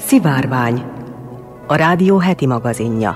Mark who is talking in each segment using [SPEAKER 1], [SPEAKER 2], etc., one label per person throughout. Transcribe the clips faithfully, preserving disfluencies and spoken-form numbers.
[SPEAKER 1] Szivárvány, a rádió heti magazinja.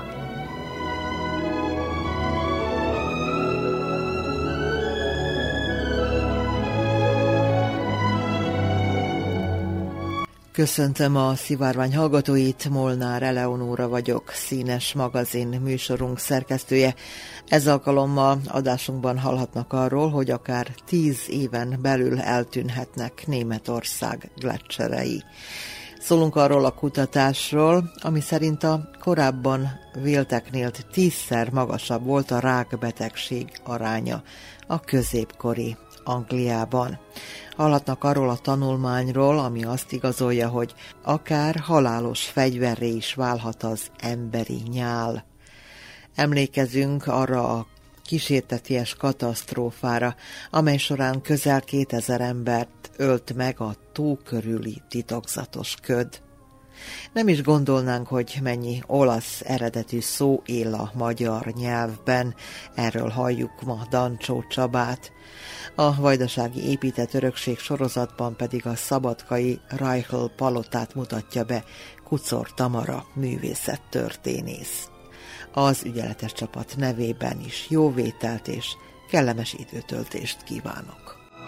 [SPEAKER 2] Köszöntöm a Szivárvány hallgatóit, Molnár Eleonóra vagyok, színes magazin műsorunk szerkesztője. Ez alkalommal adásunkban hallhatnak arról, hogy akár tíz éven belül eltűnhetnek Németország gleccserei. Szólunk arról a kutatásról, ami szerint a korábban vélteknél tízszer magasabb volt a rákbetegség aránya a középkori Angliában. Hallhatnak arról a tanulmányról, ami azt igazolja, hogy akár halálos fegyverré is válhat az emberi nyál. Emlékezünk arra a kísérteties katasztrófára, amely során közel kétezer embert ölt meg a tó körüli titokzatos köd. Nem is gondolnánk, hogy mennyi olasz eredetű szó él a magyar nyelvben, erről halljuk ma Dancsó Csabát. A vajdasági épített örökség sorozatban pedig a szabadkai Reichel palotát mutatja be Kuczor Tamara művészettörténész. Az ügyeletes csapat nevében is jó vételt és kellemes időtöltést kívánok!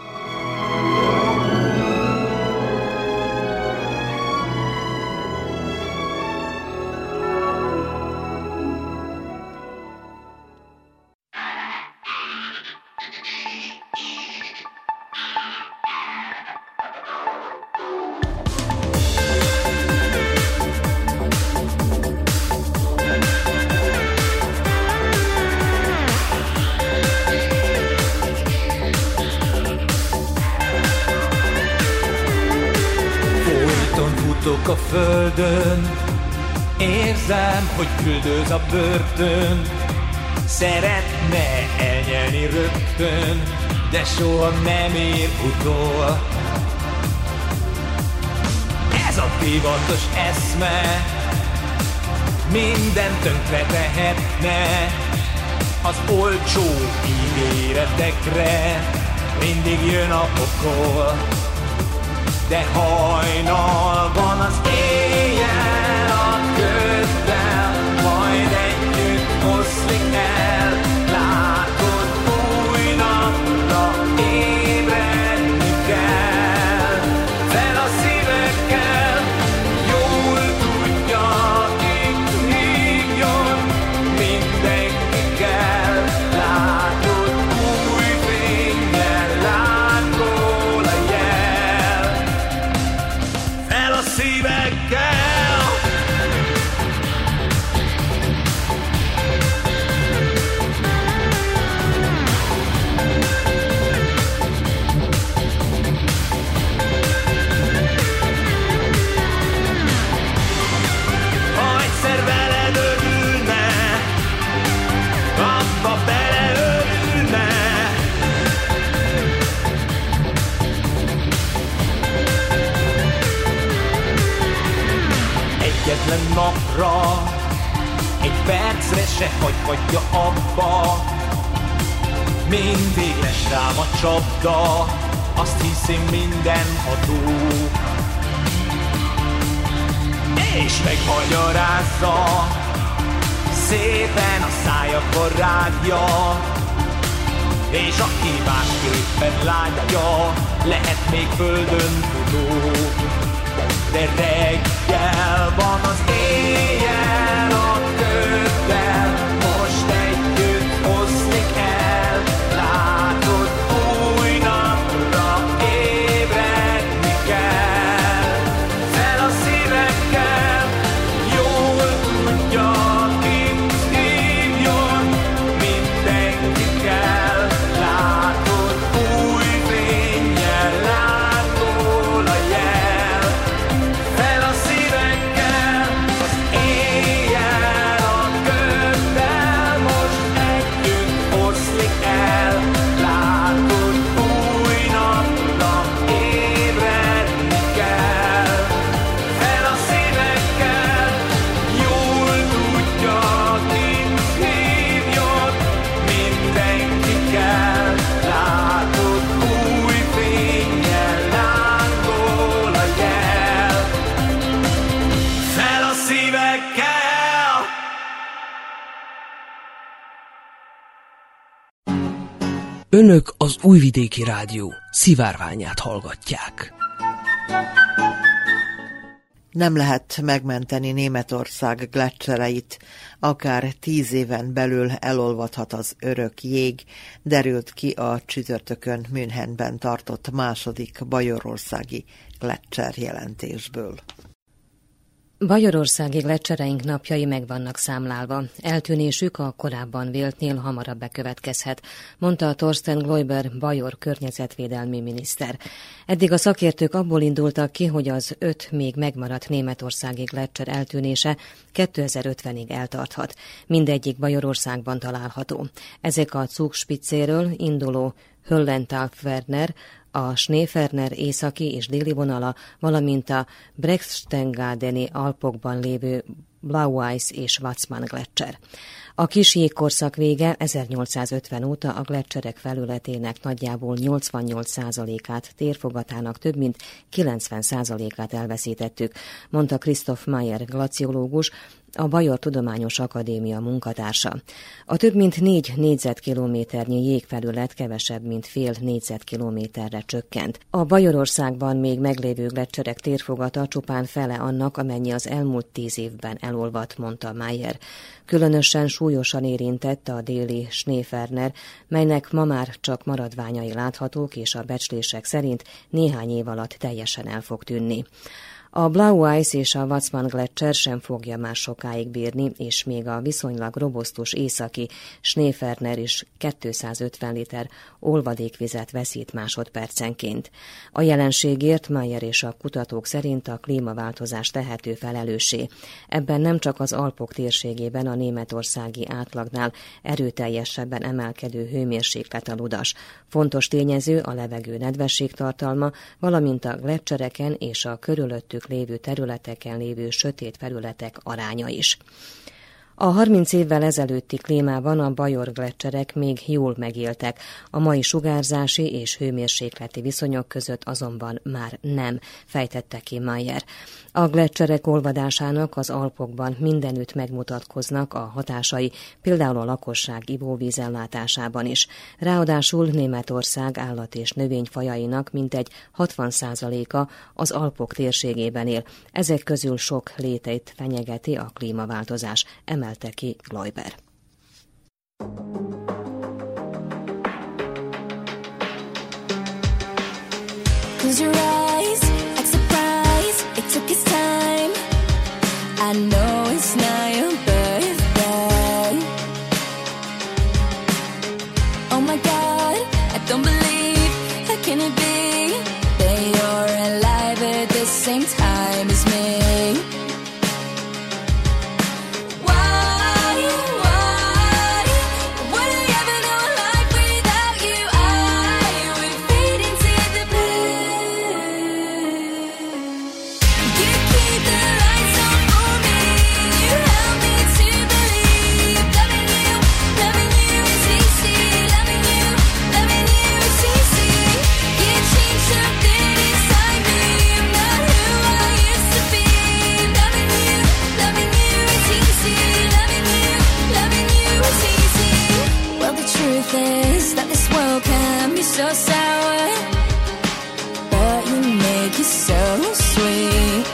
[SPEAKER 3] A földön, érzem, hogy küldöz a börtön. Szeretne elnyelni rögtön, de soha nem ér utol. Ez a divatos eszme minden tönkre tehetne. Az olcsó ígéretekre mindig jön a pokol. De hajnalban az éjjel a köddel majd együtt oszlik el. Látod, új napra ébredni kell. Fel a szívekkel, jól tudja, itt hívjon, mindenki kell. Látod, új fényjel lángol a jel. Fel a szívekkel. Ha egyszer veled örülne, abba beleörülne. Egyetlen napra, egy percre se hagyhatja abba. Mindig lesz rám a csapda, azt hiszem mindenható. És megmagyarázza, szépen a szájakon rágja. És aki másképpen látja, lehet még földön futó. De reggel van az éjjel a köddel, most együtt oszlik el. Látod, új napra ébredni kell. Fel a szívekkel, jól tudja, kit hívjon, mindenki kell. Látod, új fényjel lángol a jel. Fel a szívekkel.
[SPEAKER 4] Önök az Újvidéki Rádió szivárványát hallgatják.
[SPEAKER 2] Nem lehet megmenteni Németország gleccsereit, akár tíz éven belül elolvadhat az örök jég, derült ki a csütörtökön Münchenben tartott második bajorországi gleccser jelentésből.
[SPEAKER 5] Bajorországi gleccsereink napjai meg vannak számlálva. Eltűnésük a korábban véltnél hamarabb bekövetkezhet, mondta Thorsten Gloiber bajor környezetvédelmi miniszter. Eddig a szakértők abból indultak ki, hogy az öt még megmaradt németországi gleccser eltűnése kétezer-ötvenig eltarthat. Mindegyik Bajorországban található. Ezek a Zugspitzéről induló Höllentalferner, a Schneeferner északi és déli vonala, valamint a Berchtesgadeni Alpokban lévő Blau-Weiss és Watzmann gleccser. A kis jégkorszak vége ezernyolcszázötven óta a gleccserek felületének nagyjából nyolcvannyolc százalékát, térfogatának több mint kilencven százalékát elveszítettük, mondta Christoph Mayer glaciológus, a Bajor Tudományos Akadémia munkatársa. A több mint négy négyzetkilométernyi jégfelület kevesebb, mint fél négyzetkilométerre csökkent. A Bajorországban még meglévő gleccserek térfogata csupán fele annak, amennyi az elmúlt tíz évben elolvadt, mondta Mayer. Különösen súlyosan érintett a déli Schneeferner, melynek ma már csak maradványai láthatók, és a becslések szerint néhány év alatt teljesen el fog tűnni. A Blau-Weiss és a Watzmann gleccser sem fogja már sokáig bírni, és még a viszonylag robosztus északi Schneeferner is kétszázötven liter olvadékvizet veszít másodpercenként. A jelenségért Mayer és a kutatók szerint a klímaváltozás tehető felelőssé. Ebben nem csak az Alpok térségében a németországi átlagnál erőteljesebben emelkedő hőmérséklet a ludas. Fontos tényező a levegő nedvességtartalma, valamint a gleccsereken és a körülöttük lévő területeken lévő sötét felületek aránya is. A harminc évvel ezelőtti klímában a bajor gleccserek még jól megéltek, a mai sugárzási és hőmérsékleti viszonyok között azonban már nem, fejtette ki Mayer. A gleccserek olvadásának az Alpokban mindenütt megmutatkoznak a hatásai, például a lakosság ivóvízellátásában is. Ráadásul Németország állat- és növényfajainak mintegy hatvan százaléka az Alpok térségében él. Ezek közül sok léteit fenyegeti a klímaváltozás, emelte ki Gloiber.
[SPEAKER 6] Close your eyes, act surprised, it took its time. I know it's not your birthday. Oh my God, I don't believe, how can it be that you're alive at the same time as me? So sour, but you make it so sweet.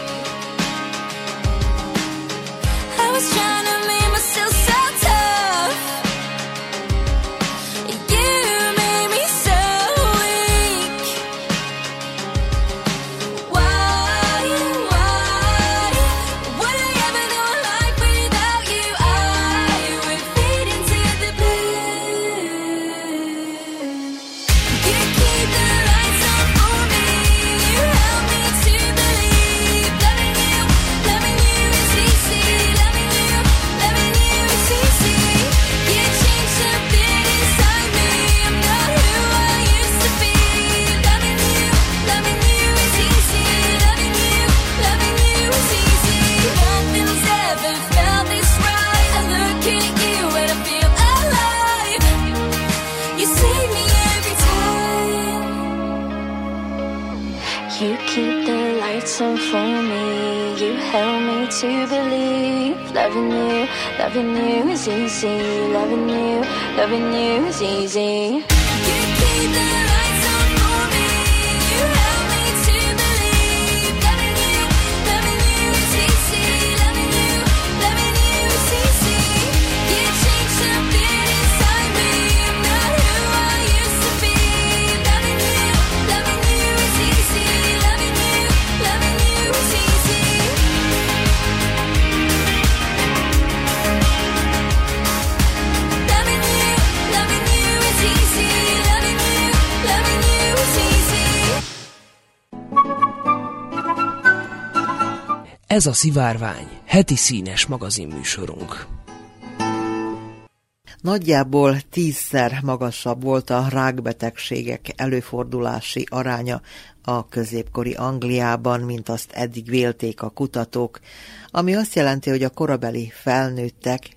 [SPEAKER 6] I was trying to make myself so tough. You made me so weak. Why, why would I ever know a life without you? I would fade into the blue. Keep the lights on for me. You help me to believe. Loving you, loving you is easy. Loving you, loving you is easy. You changed something inside me. I'm not who I used to be. Loving you, loving you is easy. Loving you, loving you is easy. Nothing's ever felt this right. I look at you and I feel alive. You save me every time. You keep the lights on for me. You help me to believe. Loving you, loving you is easy. Loving you, loving you is easy. You played the right song for me. You helped me to believe. Loving you, loving you is easy. Loving you, loving you is easy. You changed something inside me. I'm not who I used to be. Loving you, loving you is easy. Loving you, loving you is easy. Loving you, loving you is easy. Loving you, loving you is easy.
[SPEAKER 4] Ez a Szivárvány, heti színes magazinműsorunk.
[SPEAKER 2] Nagyjából tízszer magasabb volt a rákbetegségek előfordulási aránya a középkori Angliában, mint azt eddig vélték a kutatók, ami azt jelenti, hogy a korabeli felnőttek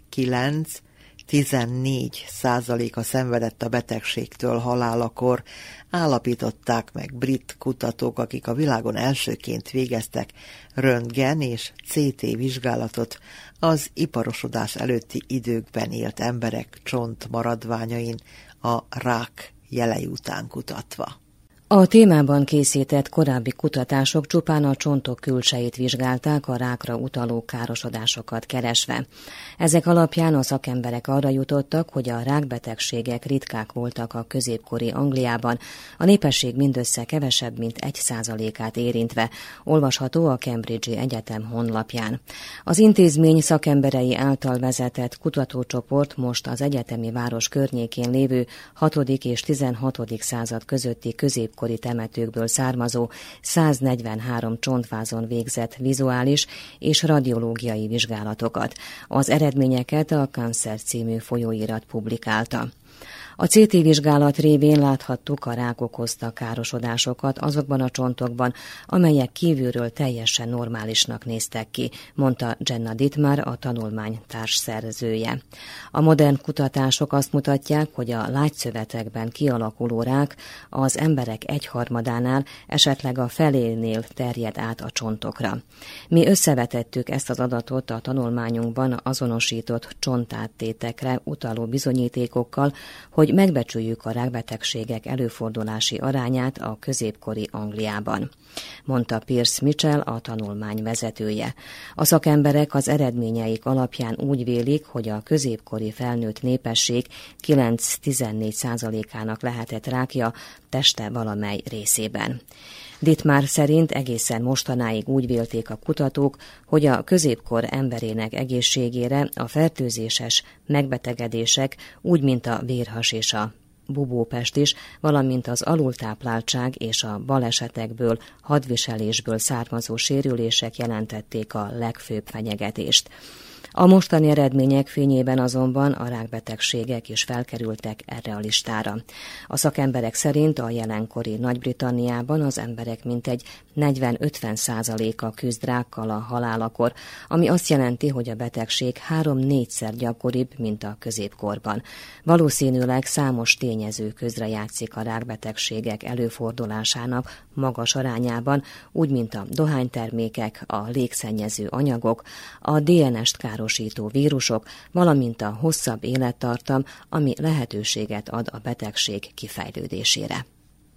[SPEAKER 2] kilenc-tizennégy százaléka szenvedett a betegségtől halálakor, állapították meg brit kutatók, akik a világon elsőként végeztek röntgen és cé té vizsgálatot az iparosodás előtti időkben élt emberek csontmaradványain a rák jelei után kutatva.
[SPEAKER 5] A témában készített korábbi kutatások csupán a csontok külsejét vizsgálták, a rákra utaló károsodásokat keresve. Ezek alapján a szakemberek arra jutottak, hogy a rákbetegségek ritkák voltak a középkori Angliában, a népesség mindössze kevesebb, mint egy százalékát érintve, olvasható a Cambridge-i Egyetem honlapján. Az intézmény szakemberei által vezetett kutatócsoport most az egyetemi város környékén lévő hatodik és tizenhatodik század közötti közép kori temetőkből származó száznegyvenhárom csontvázon végzett vizuális és radiológiai vizsgálatokat. Az eredményeket a Cancer című folyóirat publikálta. A cé té vizsgálat révén láthattuk a rák okozta károsodásokat azokban a csontokban, amelyek kívülről teljesen normálisnak néztek ki, mondta Jenna Dittmar, a tanulmány társszerzője. A modern kutatások azt mutatják, hogy a lágyszövetekben kialakuló rák az emberek egyharmadánál, esetleg a felénél terjed át a csontokra. Mi összevetettük ezt az adatot a tanulmányunkban azonosított csontáttétekre utaló bizonyítékokkal, hogy hogy megbecsüljük a rákbetegségek előfordulási arányát a középkori Angliában, mondta Pierce Mitchell, a tanulmány vezetője. A szakemberek az eredményeik alapján úgy vélik, hogy a középkori felnőtt népesség kilenc-tizennégy százalékának lehetett rákja teste valamely részében. Dittmar szerint egészen mostanáig úgy vélték a kutatók, hogy a középkor emberének egészségére a fertőzéses megbetegedések, úgy mint a vérhas és a bubópest is, valamint az alultápláltság és a balesetekből, hadviselésből származó sérülések jelentették a legfőbb fenyegetést. A mostani eredmények fényében azonban a rákbetegségek is felkerültek erre a listára. A szakemberek szerint a jelenkori Nagy-Britanniában az emberek mintegy negyven-ötven százaléka küzd rákkal a halálakor, ami azt jelenti, hogy a betegség három-négyszer gyakoribb, mint a középkorban. Valószínűleg számos tényező közrejátszik a rákbetegségek előfordulásának magas arányában, úgy mint a dohánytermékek, a légszennyező anyagok, a dé en est károsító vírusok, valamint a hosszabb élettartam, ami lehetőséget ad a betegség kifejlődésére.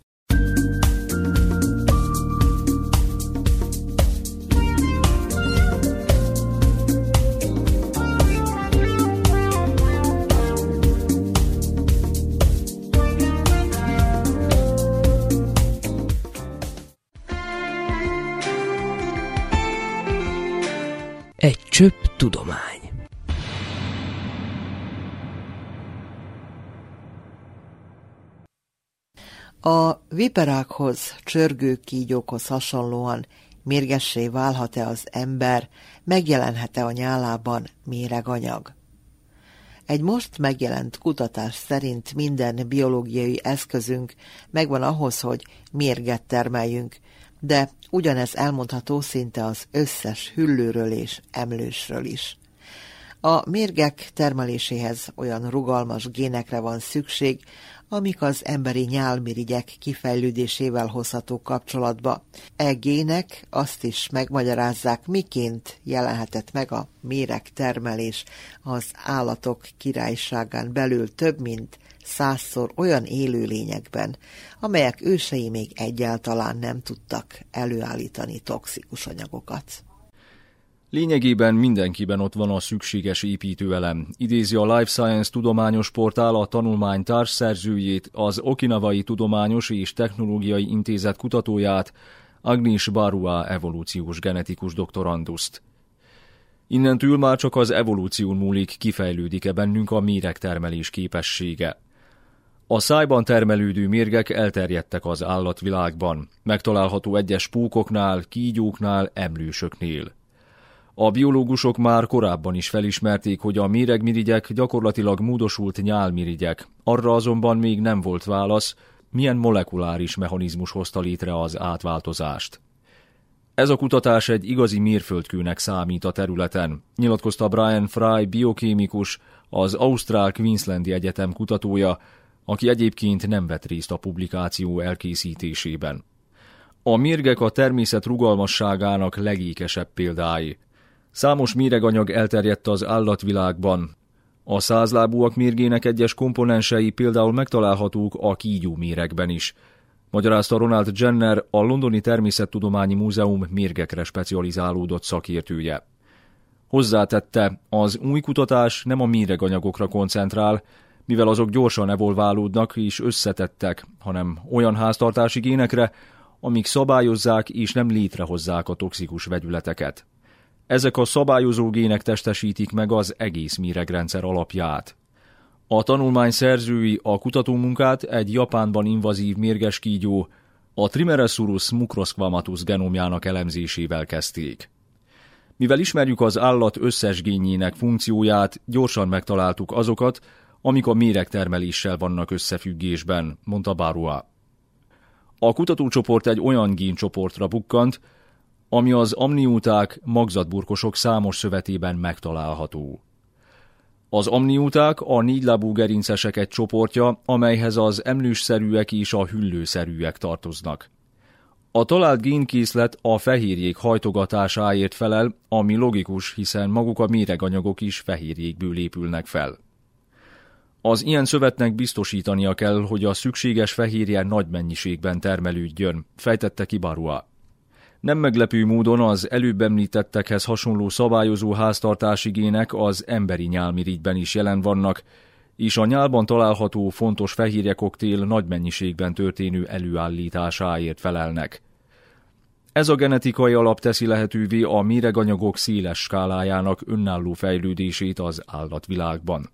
[SPEAKER 4] Egy csöpp tudomány.
[SPEAKER 2] A viperákhoz, csörgőkígyókhoz hasonlóan mérgessé válhat-e az ember, megjelenhet-e a nyálában méreganyag? Egy most megjelent kutatás szerint minden biológiai eszközünk megvan ahhoz, hogy mérget termeljünk, de ugyanez elmondható szinte az összes hüllőről és emlősről is. A mérgek termeléséhez olyan rugalmas génekre van szükség, amik az emberi nyálmirigyek kifejlődésével hozhatók kapcsolatba. E gének azt is megmagyarázzák, miként jelenhetett meg a méregtermelés az állatok királyságán belül több mint százszor olyan élőlényekben, amelyek ősei még egyáltalán nem tudtak előállítani toxikus anyagokat.
[SPEAKER 7] Lényegében mindenkiben ott van a szükséges építőelem, idézi a Life Science tudományos portál a tanulmány társszerzőjét, az Okinawai Tudományos és Technológiai Intézet kutatóját, Agnieszka Barua evolúciós genetikus doktoranduszt. Innentől már csak az evolúción múlik, kifejlődik-e bennünk a méregtermelés képessége. A szájban termelődő mérgek elterjedtek az állatvilágban, megtalálható egyes pókoknál, kígyóknál, emlősöknél. A biológusok már korábban is felismerték, hogy a méregmirigyek gyakorlatilag módosult nyálmirigyek, arra azonban még nem volt válasz, milyen molekuláris mechanizmus hozta létre az átváltozást. Ez a kutatás egy igazi mérföldkőnek számít a területen, nyilatkozta Brian Fry biokémikus, az Ausztrál Queenslandi Egyetem kutatója, aki egyébként nem vett részt a publikáció elkészítésében. A mérgek a természet rugalmasságának legékesebb példái. Számos méreganyag elterjedt az állatvilágban. A százlábúak mérgének egyes komponensei például megtalálhatók a kígyóméregben is, magyarázta Ronald Jenner, a Londoni Természettudományi Múzeum mérgekre specializálódott szakértője. Hozzátette, az új kutatás nem a méreganyagokra koncentrál, mivel azok gyorsan evolválódnak és összetettek, hanem olyan háztartási génekre, amik szabályozzák és nem létrehozzák a toxikus vegyületeket. Ezek a szabályozó gének testesítik meg az egész méregrendszer alapját. A tanulmány szerzői a kutatómunkát egy Japánban invazív mérges kígyó, a Trimeresurus mucrosquamatus genomjának elemzésével kezdték. Mivel ismerjük az állat összes génjének funkcióját, gyorsan megtaláltuk azokat, amik a méregtermeléssel vannak összefüggésben, mondta Barua. A kutatócsoport egy olyan géncsoportra bukkant, ami az amnióták, magzatburkosok számos szövetében megtalálható. Az amnióták a négylábú gerincesek egy csoportja, amelyhez az emlősszerűek és a hüllőszerűek tartoznak. A talált génkészlet a fehérjék hajtogatásáért felel, ami logikus, hiszen maguk a méreganyagok is fehérjékből épülnek fel. Az ilyen szövetnek biztosítania kell, hogy a szükséges fehérje nagy mennyiségben termelődjön, fejtette ki Barua. Nem meglepő módon az előbb említettekhez hasonló szabályozó háztartási gének az emberi nyálmirigyben is jelen vannak, és a nyálban található fontos fehérjekoktél nagy mennyiségben történő előállításáért felelnek. Ez a genetikai alap teszi lehetővé a méreganyagok széles skálájának önálló fejlődését az állatvilágban.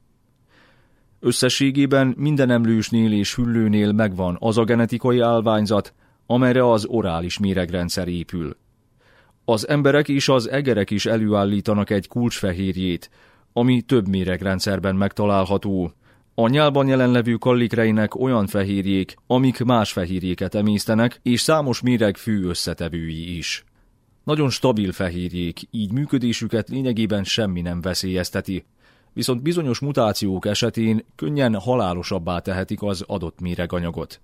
[SPEAKER 7] Összességében minden emlősnél és hüllőnél megvan az a genetikai állványzat, amelyre az orális méregrendszer épül. Az emberek és az egerek is előállítanak egy kulcsfehérjét, ami több méregrendszerben megtalálható. A nyálban jelenlevő kallikreinek olyan fehérjék, amik más fehérjéket emésztenek, és számos méreg fő összetevői is. Nagyon stabil fehérjék, így működésüket lényegében semmi nem veszélyezteti, viszont bizonyos mutációk esetén könnyen halálosabbá tehetik az adott méreganyagot.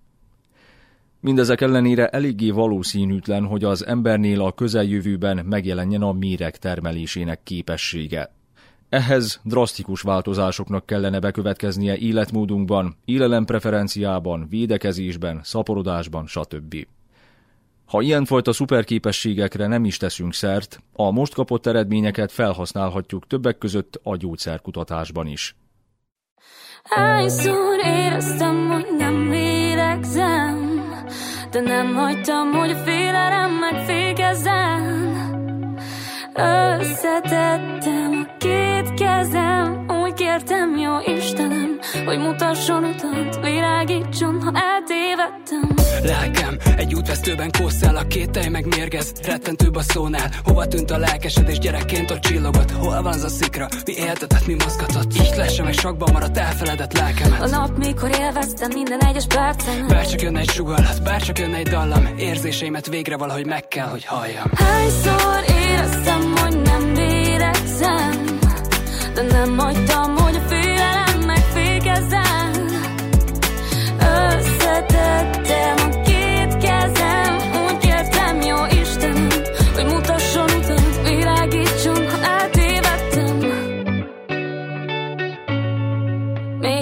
[SPEAKER 7] Mindezek ellenére eléggé valószínűtlen, hogy az embernél a közeljövőben megjelenjen a méreg termelésének képessége. Ehhez drasztikus változásoknak kellene bekövetkeznie életmódunkban, élelempreferenciában, védekezésben, szaporodásban, stb. Ha ilyenfajta szuperképességekre nem is teszünk szert, a most kapott eredményeket felhasználhatjuk többek között a gyógyszerkutatásban is.
[SPEAKER 6] Hányszor éreztem, hogy nem lélegzem, de nem hagytam, hogy a félelem megfékezzen. Összetettem a két kezem, úgy kértem, jó Istenem, hogy mutasson utat, világítson, ha eltévedtem.
[SPEAKER 8] Lelkem egy útvesztőben kószál, a kételj meg mérgez, rettentőbb a szónál. Hova tűnt a lelkesed és gyerekként ott csillogott? Hol van az a szikra, mi éltetett, mi mozgatott? Így lesse meg sokban maradt elfeledett lelkemet.
[SPEAKER 6] A nap, mikor élveztem minden egyes percen.
[SPEAKER 8] Bárcsak jönne egy sugallat, bárcsak jönne egy dallam, érzéseimet végre valahogy meg kell, hogy halljam.
[SPEAKER 6] Hányszor éreztem, hogy nem lélegzem, de nem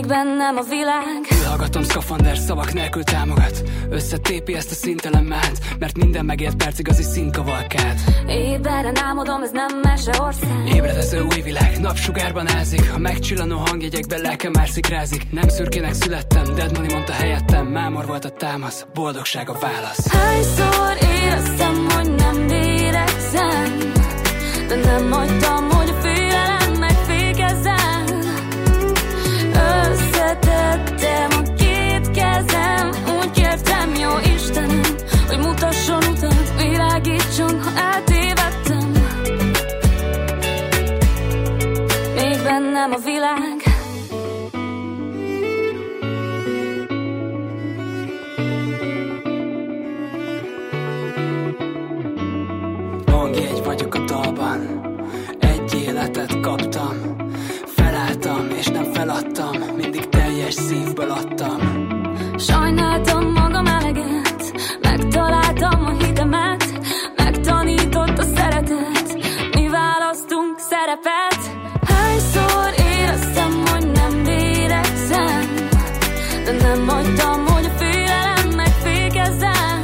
[SPEAKER 6] bennem a világ.
[SPEAKER 8] Hallgatom szkafander szavak nélkül támogat. Összetépi ezt a szintelen mánt, mert minden megért perc igazi színkavalkád.
[SPEAKER 6] Éberen álmodom, ez nem meseország.
[SPEAKER 8] Ébredező új világ, napsugárban ázik. A megcsillanó hangjegyekben lelkem már szikrázik. Nem szürkének születtem, Dead Money mondta helyettem. Mámor volt a támasz, boldogság a válasz.
[SPEAKER 6] Hányszor éreztem, hogy nem vérekszem, de nem hagytam, hogy a félelem megfékezzen. Összetettem a két kezem, úgy kértem, jó Istenem, hogy mutasson utat, világítson, ha eltévedtem. Még bennem a világ.
[SPEAKER 8] Hangjegy vagyok a dalban, egy életet kaptam. Felálltam és nem feladtam, mindig teljes szívből adtam.
[SPEAKER 6] Sajnáltam magam eleget, megtaláltam a hitemet, megtanított a szeretet, mi választunk szerepet. Hányszor éreztem, hogy nem vérekszem, de nem hagytam, hogy a félelem megfékezzen.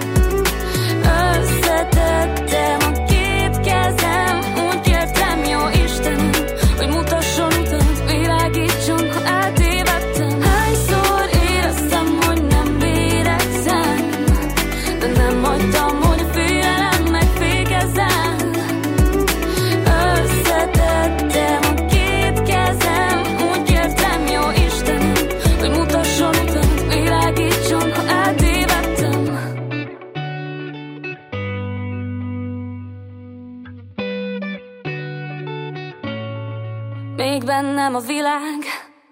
[SPEAKER 6] Összetettem a két kezem, úgy kértem, jó Istenem, hogy mutasson utat, világítson, ha eltévedtem. Hányszor éreztem, hogy nem vérekszem, de nem hagytam, hogy a félelem megfékezzen. Összetettem a két kezem, úgy kértem, jó Istenem, hogy mutasson utat, világítson, ha eltévedtem. Még bennem a világ.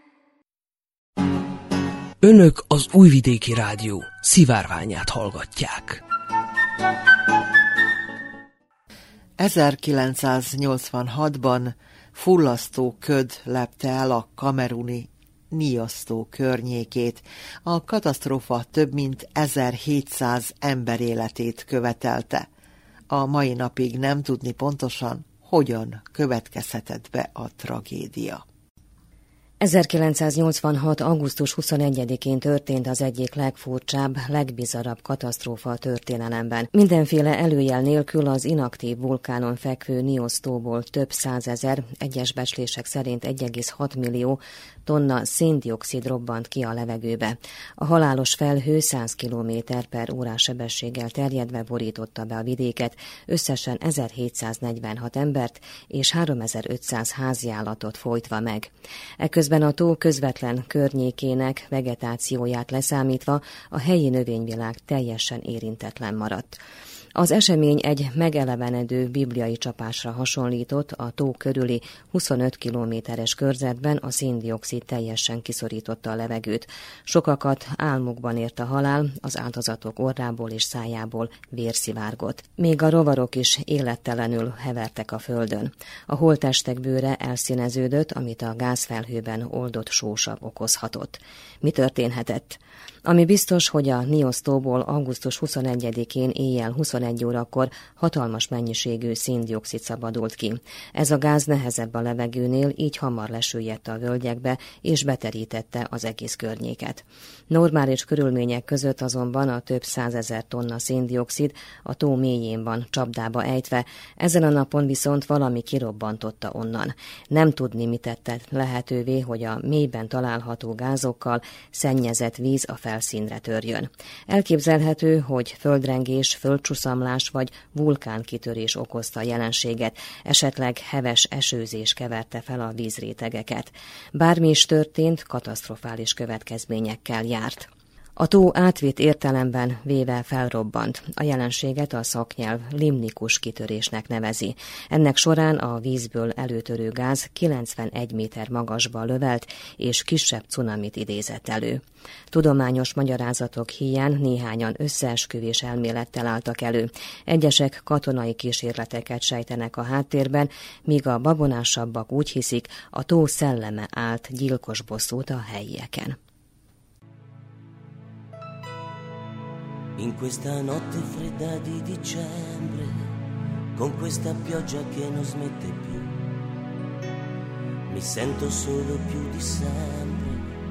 [SPEAKER 4] Önök az Újvidéki Rádió szivárványát hallgatják.
[SPEAKER 2] ezerkilencszáznyolcvanhatban fullasztó köd lepte el a kameruni Niasztó környékét. A katasztrófa több mint ezerhétszáz ember életét követelte. A mai napig nem tudni pontosan, hogyan következhetett be a tragédia.
[SPEAKER 5] ezerkilencszáznyolcvanhat. augusztus huszonegyedikén történt az egyik legfurcsább, legbizarabb katasztrófa a történelemben. Mindenféle előjel nélkül az inaktív vulkánon fekvő Niasztóból több százezer, egyes becslések szerint egy egész hat millió tonna széndioxid robbant ki a levegőbe. A halálos felhő száz kilométer per órás sebességgel terjedve borította be a vidéket, összesen ezerhétszáznegyvenhat embert és háromezer-ötszáz háziállatot folytva meg. Eközben a tó közvetlen környékének vegetációját leszámítva a helyi növényvilág teljesen érintetlen maradt. Az esemény egy megelevenedő bibliai csapásra hasonlított, a tó körüli huszonöt kilométeres körzetben a széndioxid teljesen kiszorította a levegőt. Sokakat álmukban ért a halál, az áldozatok orrából és szájából vér szivárgott. Még a rovarok is élettelenül hevertek a földön. A holttestek bőre elszíneződött, amit a gázfelhőben oldott sósav okozhatott. Mi történhetett? Ami biztos, hogy a Niasztóból augusztus huszonegyedikén éjjel huszonegy órakor hatalmas mennyiségű széndioxid szabadult ki. Ez a gáz nehezebb a levegőnél, így hamar lesüllyedt a völgyekbe, és beterítette az egész környéket. Normális körülmények között azonban a több százezer tonna széndioxid a tó mélyén van csapdába ejtve, ezen a napon viszont valami kirobbantotta onnan. Nem tudni, mit tette lehetővé, hogy a mélyben található gázokkal szennyezett víz a felszínre törjön. Elképzelhető, hogy földrengés, földcsuszamlás vagy vulkánkitörés okozta a jelenséget, esetleg heves esőzés keverte fel a vízrétegeket. Bármi is történt, katasztrofális következményekkel járt. A tó átvitt értelemben véve felrobbant. A jelenséget a szaknyelv limnikus kitörésnek nevezi. Ennek során a vízből előtörő gáz kilencvenegy méter magasba lövelt, és kisebb cunamit idézett elő. Tudományos magyarázatok híján néhányan összeesküvés elmélettel álltak elő. Egyesek katonai kísérleteket sejtenek a háttérben, míg a babonásabbak úgy hiszik, a tó szelleme állt gyilkos bosszút a helyieken.
[SPEAKER 9] In questa notte fredda di dicembre, con questa pioggia che non smette più, mi sento solo più di sempre,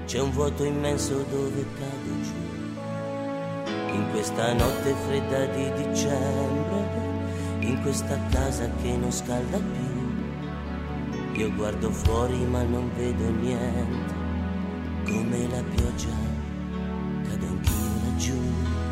[SPEAKER 9] c'è un vuoto immenso dove cado giù. In questa notte fredda di dicembre, in questa casa che non scalda più, io guardo fuori ma non vedo niente, come la pioggia cado anch'io laggiù.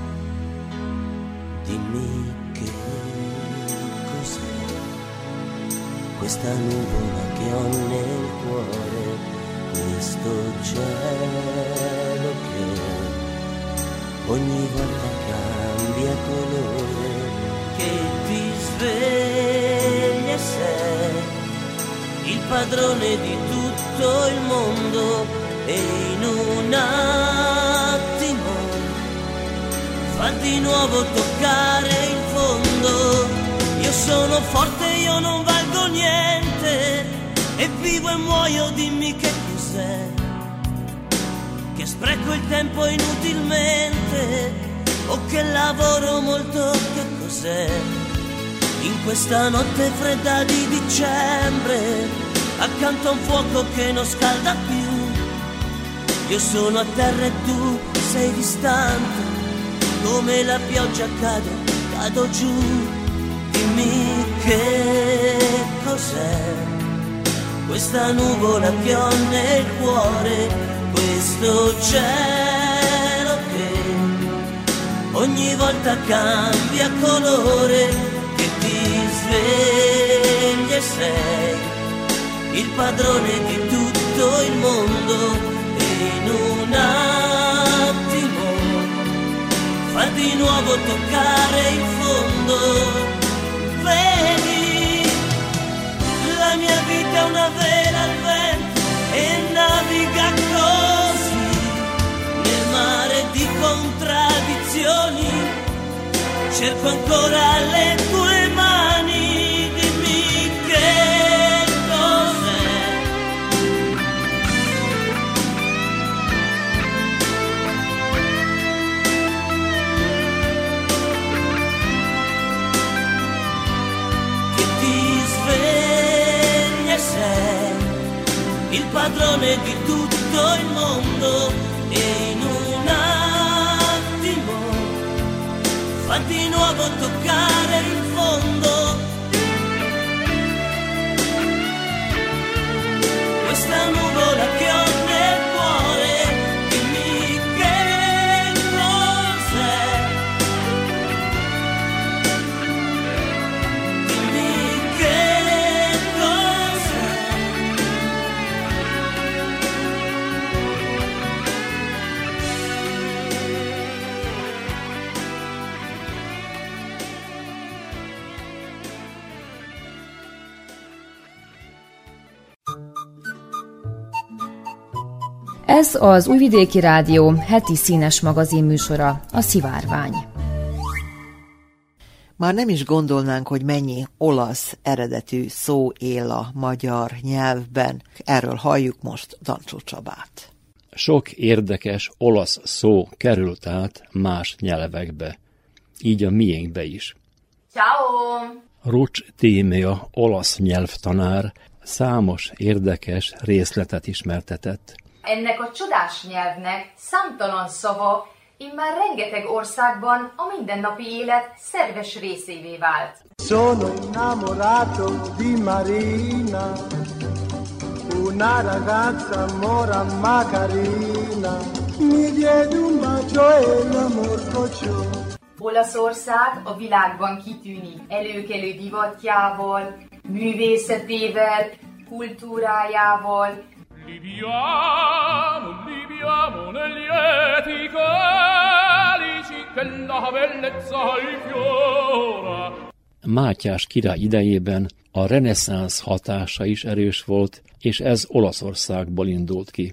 [SPEAKER 9] Dimmi che cos'è questa nuvola che ho nel cuore, questo cielo che ogni volta cambia colore, che ti sveglia e sei il padrone di tutto il mondo e in un attimo fa di nuovo toccare il fondo. Io sono forte, io non valgo niente e vivo e muoio, dimmi che cos'è, che spreco il tempo inutilmente o che lavoro molto, che cos'è. In questa notte fredda di dicembre, accanto a un fuoco che non scalda più, io sono a terra e tu sei distante, come la pioggia cado, cado giù. Dimmi che cos'è questa nuvola che ho nel cuore, questo cielo che ogni volta cambia colore, che ti sveglia e sei il padrone di tutto il mondo e in un attimo fa di nuovo toccare il fondo. Vedi, la mia vita è una vela al vento e naviga così nel mare di contraddizioni. Cerco ancora le tue mani, dimmi che cos'è. Che ti sveglia e sei il padrone di tutto il mondo e in un attimo fa di nuovo toccare il fondo. Questa nuvola che ho nel cuore, dimmi che cos'è. Dimmi che cos'è.
[SPEAKER 10] Ez az Újvidéki Rádió heti színes magazin műsora, a Szivárvány.
[SPEAKER 2] Már nem is gondolnánk, hogy mennyi olasz eredetű szó él a magyar nyelvben. Erről halljuk most Dancsó Csabát.
[SPEAKER 11] Sok érdekes olasz szó került át más nyelvekbe, így a miénkbe is.
[SPEAKER 12] Ciao!
[SPEAKER 11] Rucs Tímea olasz nyelvtanár számos érdekes részletet ismertetett.
[SPEAKER 12] Ennek a csodás nyelvnek számtalan szava immár rengeteg országban a mindennapi élet szerves részévé vált.
[SPEAKER 13] Sono innamorato di Marina, una ragazza mora ma carina, mi diede un bacio e l'amor scocciò.
[SPEAKER 12] Olaszország a világban kitűnik előkelő divatjával, művészetével, kultúrájával.
[SPEAKER 3] Libiamo, libiamo negli eti calici che la bellezza infiora.
[SPEAKER 11] Mátyás király idejében a reneszánsz hatása is erős volt, és ez Olaszországból indult ki.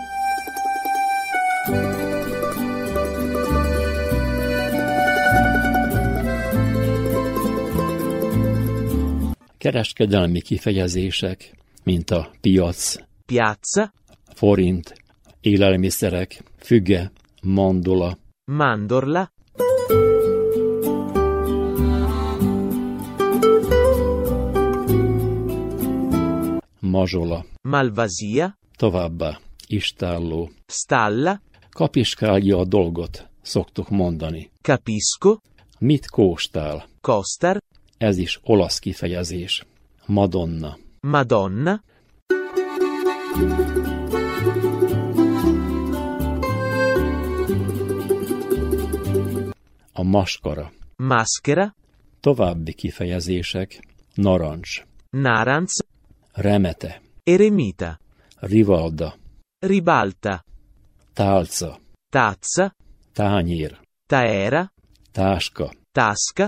[SPEAKER 11] Kereskedelmi kifejezések, mint a piac,
[SPEAKER 14] piazza,
[SPEAKER 11] forint, élelmiszerek, füge, mandola,
[SPEAKER 14] mandorla,
[SPEAKER 11] mazsola,
[SPEAKER 14] malvasia,
[SPEAKER 11] továbbá istálló.
[SPEAKER 9] Stalla.
[SPEAKER 11] Kapiskálja a dolgot, szoktuk mondani.
[SPEAKER 9] Capisco.
[SPEAKER 11] Mit kóstál?
[SPEAKER 9] Kostar.
[SPEAKER 11] Ez is olasz kifejezés. Madonna.
[SPEAKER 9] Madonna.
[SPEAKER 11] A maskara.
[SPEAKER 9] Maschera.
[SPEAKER 11] További kifejezések. Narancs.
[SPEAKER 9] Naranc.
[SPEAKER 11] Remete.
[SPEAKER 9] Eremita.
[SPEAKER 11] Rivalda.
[SPEAKER 9] Ribalta.
[SPEAKER 11] Tálca.
[SPEAKER 9] Tazza.
[SPEAKER 11] Tányér.
[SPEAKER 9] Taera.
[SPEAKER 11] Táska.
[SPEAKER 9] Tasca.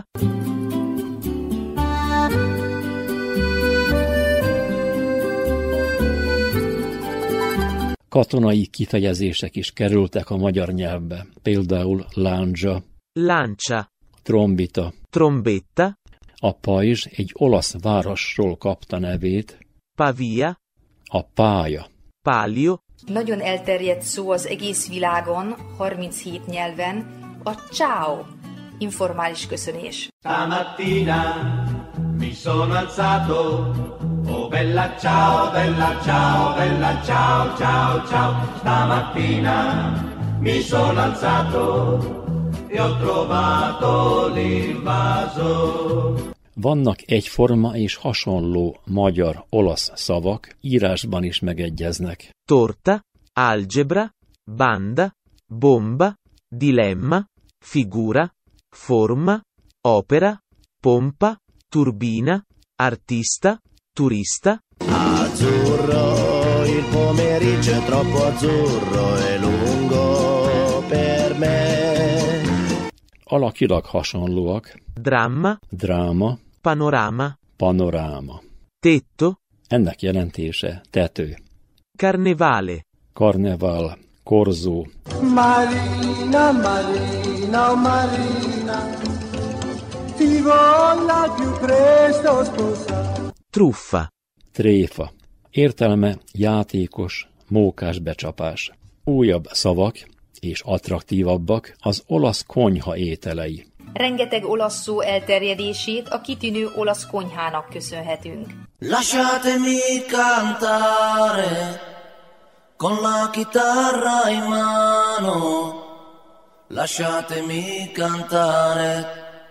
[SPEAKER 11] Katonai kifejezések is kerültek a magyar nyelvbe, például láncsa,
[SPEAKER 9] Lancia.
[SPEAKER 11] trombita.
[SPEAKER 9] Trombetta.
[SPEAKER 11] A pajzs egy olasz városról kapta nevét.
[SPEAKER 9] Pavia.
[SPEAKER 11] A pálya.
[SPEAKER 9] Palio.
[SPEAKER 12] Nagyon elterjedt szó az egész világon, harminchét nyelven, a ciao, informális köszönés.
[SPEAKER 3] Stamattina mi sono alzato, oh bella ciao, bella ciao, bella ciao, ciao, ciao. Stamattina mi sono alzato e ho trovato l'invaso.
[SPEAKER 11] Vannak egyforma és hasonló magyar-olasz szavak, írásban is megegyeznek.
[SPEAKER 9] Torta. Algebra. Banda. Bomba. Dilemma. Figura. Forma. Opera. Pompa. Turbina. Artista. Turista.
[SPEAKER 15] Azzurro, il pomeriggio è troppo azzurro e lungo per me.
[SPEAKER 11] Alakilag hasonlóak.
[SPEAKER 9] Dramma.
[SPEAKER 11] Dráma.
[SPEAKER 9] Panorama.
[SPEAKER 11] Panoráma.
[SPEAKER 9] Tetto.
[SPEAKER 11] Ennek jelentése tető.
[SPEAKER 9] Carnevale.
[SPEAKER 11] Karneval. Korzó.
[SPEAKER 13] Marina, Marina, oh Marina, ti voglio più presto sposare.
[SPEAKER 9] Truffa.
[SPEAKER 11] Tréfa. Értelme játékos, mókás becsapás. Újabb szavak és attraktívabbak az olasz konyha ételei.
[SPEAKER 12] Rengeteg olasz szó elterjedését a kitűnő olasz konyhának köszönhetünk.
[SPEAKER 15] Lasciatemi cantare con la chitarra in mano. Lasciatemi cantare,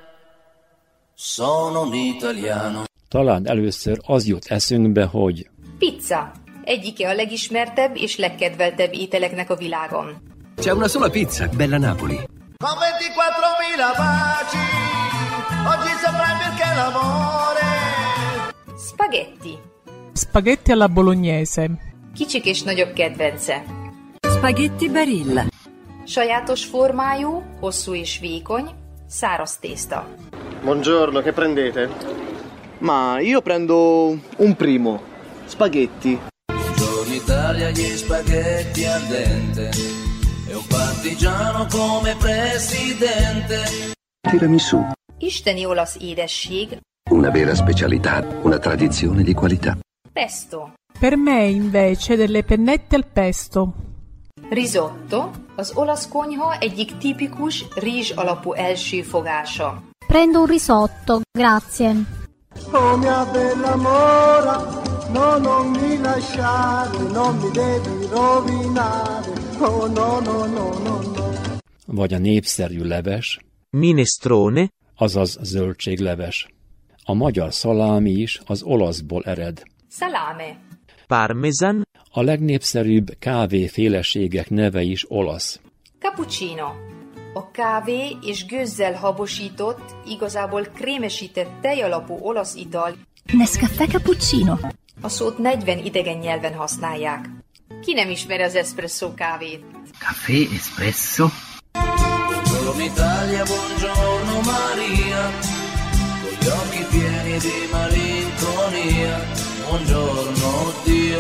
[SPEAKER 15] sono un italiano.
[SPEAKER 11] Talán először az jut eszünkbe, hogy
[SPEAKER 12] Pizza. Egyike a legismertebb és legkedveltebb ételeknek a világon.
[SPEAKER 4] C'è una sola pizza, bella Napoli.
[SPEAKER 15] Con ventiquattromila baci, oggi saprai perché l'amore.
[SPEAKER 12] Spaghetti.
[SPEAKER 16] Spaghetti alla bolognese.
[SPEAKER 12] Kicsik és nagyobb kedvence.
[SPEAKER 17] Spaghetti Barilla.
[SPEAKER 12] Sajátos formájú, hosszú és vékony, száraz tészta.
[SPEAKER 18] Buongiorno, che prendete? Ma io prendo un primo. Spaghetti.
[SPEAKER 15] Buongiorno Italia, gli spaghetti al dente. E un partigiano come presidente.
[SPEAKER 19] Tiramisù.
[SPEAKER 12] Isteni olasz édesség.
[SPEAKER 19] Una vera specialità, una tradizione di qualità.
[SPEAKER 12] Pesto.
[SPEAKER 16] Per me invece delle pennette al pesto.
[SPEAKER 12] Risotto. Az olasz konyha egyik tipikus rizs alapú első fogása.
[SPEAKER 20] Prendo un risotto, grazie.
[SPEAKER 13] Oh mia bella mora, no, non mi lasciare, non mi devi rovinare. Oh no, no, no, no, no.
[SPEAKER 11] vagy a népszerű leves,
[SPEAKER 9] minestrone,
[SPEAKER 11] azaz zöldségleves. A magyar szalámi is az olaszból ered.
[SPEAKER 12] Salame.
[SPEAKER 9] Parmesan.
[SPEAKER 11] A legnépszerűbb kávéféleségek neve is olasz.
[SPEAKER 12] Cappuccino. A kávé és gőzzel habosított, igazából krémesített tejalapú olasz ital.
[SPEAKER 20] Nescafé cappuccino.
[SPEAKER 12] A szót negyven idegen nyelven használják. Ki nem ismeri az espresso kávét?
[SPEAKER 21] Café espresso.
[SPEAKER 15] Buongiorno Italia, buongiorno Maria, con gli occhi pieni di malinconia. Buongiorno Dio,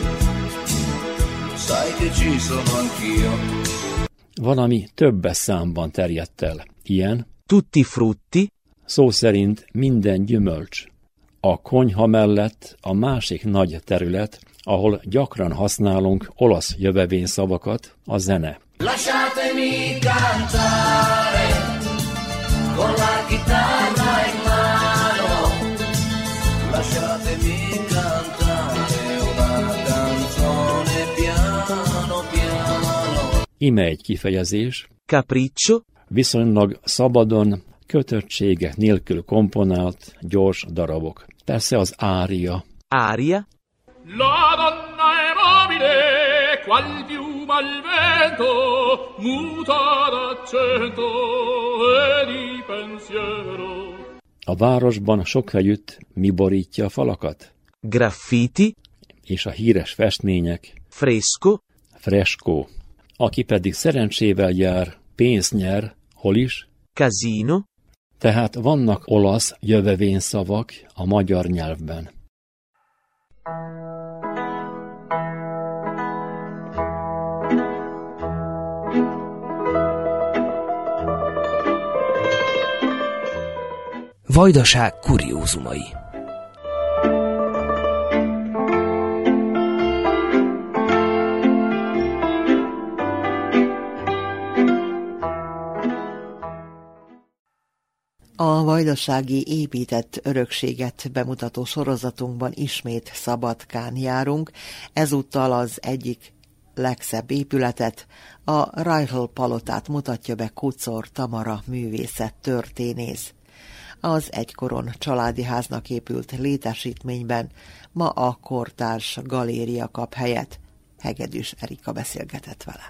[SPEAKER 15] sai che ci sono anch'io.
[SPEAKER 11] Valami többes számban terjedt el. Ilyen
[SPEAKER 9] tutti frutti,
[SPEAKER 11] szó szerint minden gyümölcs. A konyha mellett a másik nagy terület, ahol gyakran használunk olasz jövevényszavakat, a zene.
[SPEAKER 15] Lasciatemi cantare con la chitarra in mano. Lasciatemi cantare una canzone piano
[SPEAKER 11] Ime egy kifejezés,
[SPEAKER 14] capriccio,
[SPEAKER 11] viszonylag szabadon, kötöttségek nélkül komponált, gyors darabok. Persze az ária.
[SPEAKER 14] Aria.
[SPEAKER 3] La donna è mobile, qual piuma al vento, muta d'accento e di pensiero.
[SPEAKER 11] A városban sok helyütt mi borítja a falakat?
[SPEAKER 14] Graffiti.
[SPEAKER 11] És a híres festmények?
[SPEAKER 14] Fresco.
[SPEAKER 11] Fresco. Aki pedig szerencsével jár, pénzt nyer, hol is?
[SPEAKER 14] Casino.
[SPEAKER 11] Tehát vannak olasz jövevényszavak a magyar nyelvben.
[SPEAKER 4] Vajdaság kuriózumai.
[SPEAKER 2] A vajdasági épített örökséget bemutató sorozatunkban ismét Szabadkán járunk, ezúttal az egyik legszebb épületet, a Reichel palotát mutatja be Kuczor Tamara művészet történész. Az egykoron családi háznak épült létesítményben ma a kortárs galéria kap helyet. Hegedűs Erika beszélgetett vele.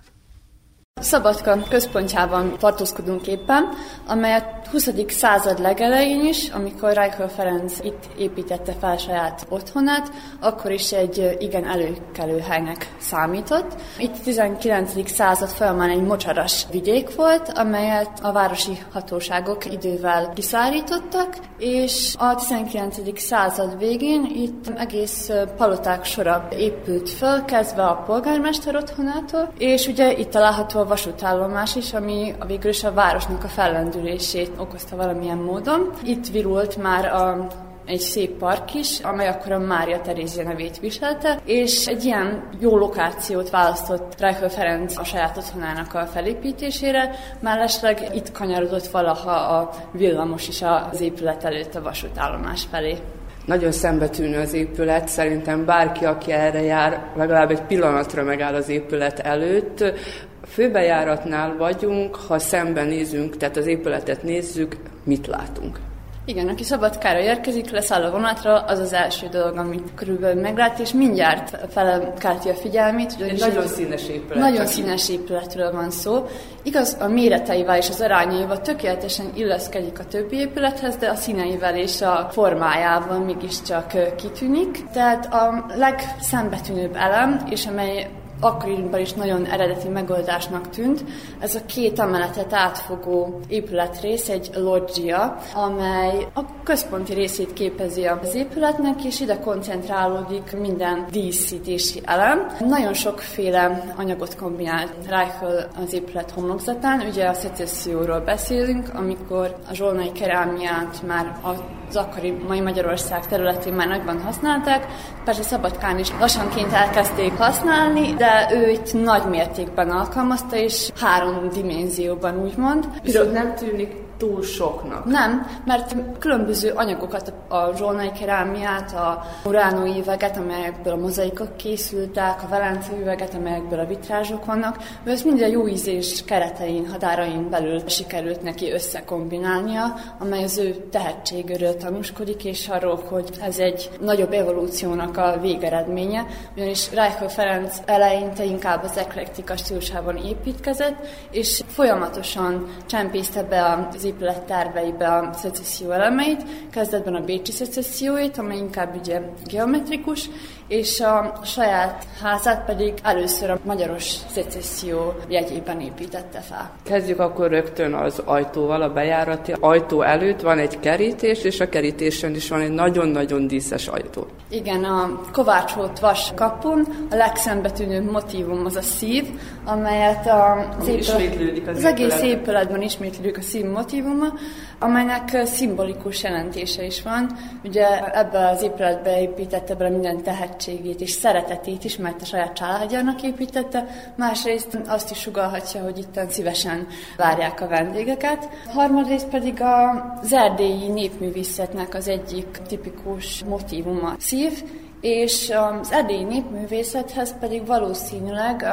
[SPEAKER 1] Szabadka központjában tartózkodunk éppen, amely a huszadik század legelején is, amikor Reichel Ferenc itt építette fel saját otthonát, akkor is egy igen előkelő helynek számított. Itt a tizenkilencedik század folyamán egy mocsaras vidék volt, amelyet a városi hatóságok idővel kiszárítottak, és a tizenkilencedik század végén itt egész paloták sora épült föl, kezdve a polgármester otthonától, és ugye itt található a vasútállomás is, ami végül is a városnak a fellendülését okozta valamilyen módon. Itt virult már a, egy szép park is, amely akkor a Mária Terézia nevét viselte, és egy ilyen jó lokációt választott Reichel Ferenc a saját otthonának a felépítésére, mellesleg itt kanyarodott valaha a villamos is az épület előtt a vasútállomás felé.
[SPEAKER 22] Nagyon szembetűnő az épület, szerintem bárki, aki erre jár, legalább egy pillanatra megáll az épület előtt. Főbejáratnál vagyunk, ha szemben nézünk, tehát az épületet nézzük, mit látunk?
[SPEAKER 1] Igen, aki Szabadkára érkezik, leszáll a vonatra, az az első dolog, amit körülbelül meglát, és mindjárt felkelti a figyelmét.
[SPEAKER 22] Egy nagyon színes épület.
[SPEAKER 1] Nagyon színes épületről van szó. Igaz, a méreteivel és az arányaival tökéletesen illeszkedik a többi épülethez, de a színeivel és a formájával mégiscsak kitűnik. Tehát a legszembetűnőbb elem, és amely akkoriban is nagyon eredeti megoldásnak tűnt. Ez a két emeletet átfogó épületrész, egy loggia, amely a központi részét képezi az épületnek, és ide koncentrálódik minden díszítési elem. Nagyon sokféle anyagot kombinált Reichel az épület homlokzatán. Ugye a szecesszióról beszélünk, amikor a zsolnai kerámiát már az akkori mai Magyarország területén már nagyban használták. Persze Szabadkán is lassanként elkezdték használni, de ő itt nagy mértékben alkalmazta, és három dimenzióban úgymond.
[SPEAKER 22] Viszont nem tűnik túl soknak.
[SPEAKER 1] Nem, mert különböző anyagokat, a zsolnai kerámiát, a muránói üveget, amelyekből a mozaikok készültek, a velencei üveget, amelyekből a vitrázsok vannak, ő ezt mind a jó ízés keretein, határain belül sikerült neki összekombinálnia, amely az ő tehetségéről tanúskodik, és arról, hogy ez egy nagyobb evolúciónak a végeredménye, ugyanis Reichel Ferenc eleinte inkább az eklektika stílusában építkezett, és folyamatosan csempészte be az épület terveibe a szecesszió elemeit, kezdetben a bécsi szecesszióit, amely inkább ugye geometrikus, és a saját házát pedig először a magyaros szecesszió jegyében építette fel.
[SPEAKER 22] Kezdjük akkor rögtön az ajtóval, a bejárati ajtó előtt van egy kerítés, és a kerítésen is van egy nagyon-nagyon díszes ajtó.
[SPEAKER 1] Igen, a kovácsolt vas kapun a legszembetűnőbb motívum az a szív, amelyet az, épület, az, az egész épületben ismétlődik a szív motívuma, amelynek szimbolikus jelentése is van. Ugye ebbe az épületbe építette bele minden tehetségét és szeretetét is, mert a saját családjának építette. Másrészt azt is sugallhatja, hogy itten szívesen várják a vendégeket. Harmadrészt pedig az erdélyi népművészetnek az egyik tipikus motívuma szív, és az erdélyi népművészethez pedig valószínűleg a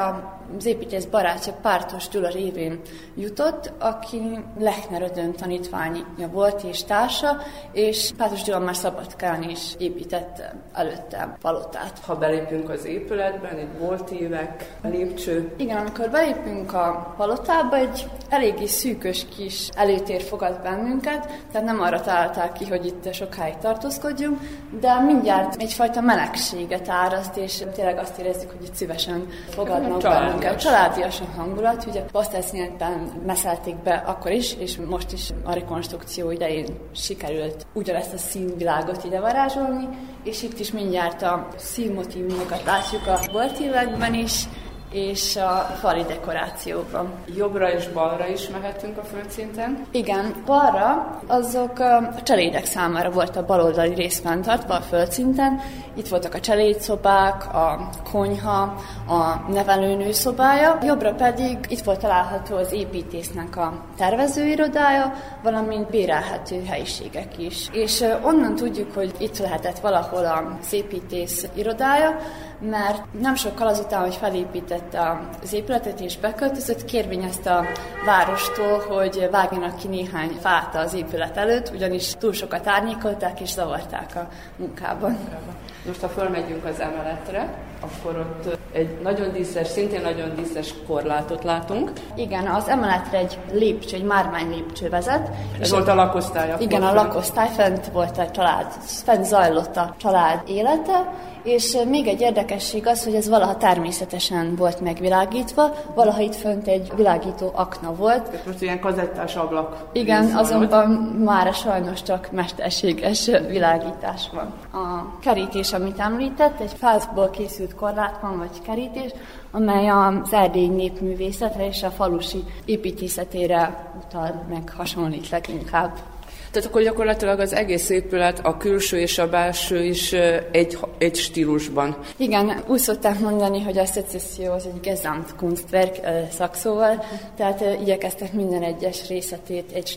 [SPEAKER 1] az építész barátja Pártos Gyula révén jutott, aki Lechner Ödön tanítványja volt és társa, és Pártos Gyula már Szabadkán is építette előtte palotát.
[SPEAKER 22] Ha belépünk az épületben, egy boltívek, lépcső.
[SPEAKER 1] Igen, amikor belépünk a palotába, egy eléggé szűkös kis előtér fogad bennünket, tehát nem arra találták ki, hogy itt sokáig tartózkodjunk, de mindjárt egyfajta melegséget áraszt, és tényleg azt érezzük, hogy itt szívesen fogadnak
[SPEAKER 22] Családias.
[SPEAKER 1] bennünket. Családias a hangulat, ugye pasztelszínekben meszelték be akkor is, és most is a rekonstrukció idején sikerült ugyanezt a színvilágot ide varázsolni, és itt is mindjárt a színmotívumokat látjuk a boltívekben is, és a fali dekorációban.
[SPEAKER 22] Jobbra és balra is mehetünk a földszinten?
[SPEAKER 1] Igen, balra azok a cselédek számára volt a baloldali rész fenntartva a földszinten. Itt voltak a cselédszobák, a konyha, a nevelőnő szobája. Jobbra pedig itt volt található az építésznek a tervezőirodája, valamint bérelhető helyiségek is. És onnan tudjuk, hogy itt lehetett valahol az építész irodája, mert nem sokkal azután, hogy felépítette az épületet és beköltözött, kérvényezte a várostól, hogy vágjanak ki néhány fát az épület előtt, ugyanis túl sokat árnyékolták és zavarták a munkában.
[SPEAKER 22] Most ha fölmegyünk az emeletre, akkor ott egy nagyon díszes, szintén nagyon díszes korlátot látunk.
[SPEAKER 1] Igen, az emeletre egy lépcső, egy márvány lépcső vezet.
[SPEAKER 22] Ez volt a lakosztály.
[SPEAKER 1] Igen, a lakosztály, fent volt a család, fent zajlott a család élete, és még egy érdekesség az, hogy ez valaha természetesen volt megvilágítva, valaha itt fönt egy világító akna volt.
[SPEAKER 22] Ez most ilyen kazettás ablak.
[SPEAKER 1] Igen, azonban már sajnos csak mesterséges világítás van. A kerítés, amit említett, egy fából készült korlát van, vagy kerítés, amely az erdélyi népművészetre és a falusi építészetére utal, meg hasonlít leginkább.
[SPEAKER 22] Tehát akkor gyakorlatilag az egész épület, a külső és a belső is egy, egy stílusban.
[SPEAKER 1] Igen, úgy szokták mondani, hogy a szecesszió az egy Gesamtkunstwerk szakszóval, tehát igyekeztek minden egyes részletét egy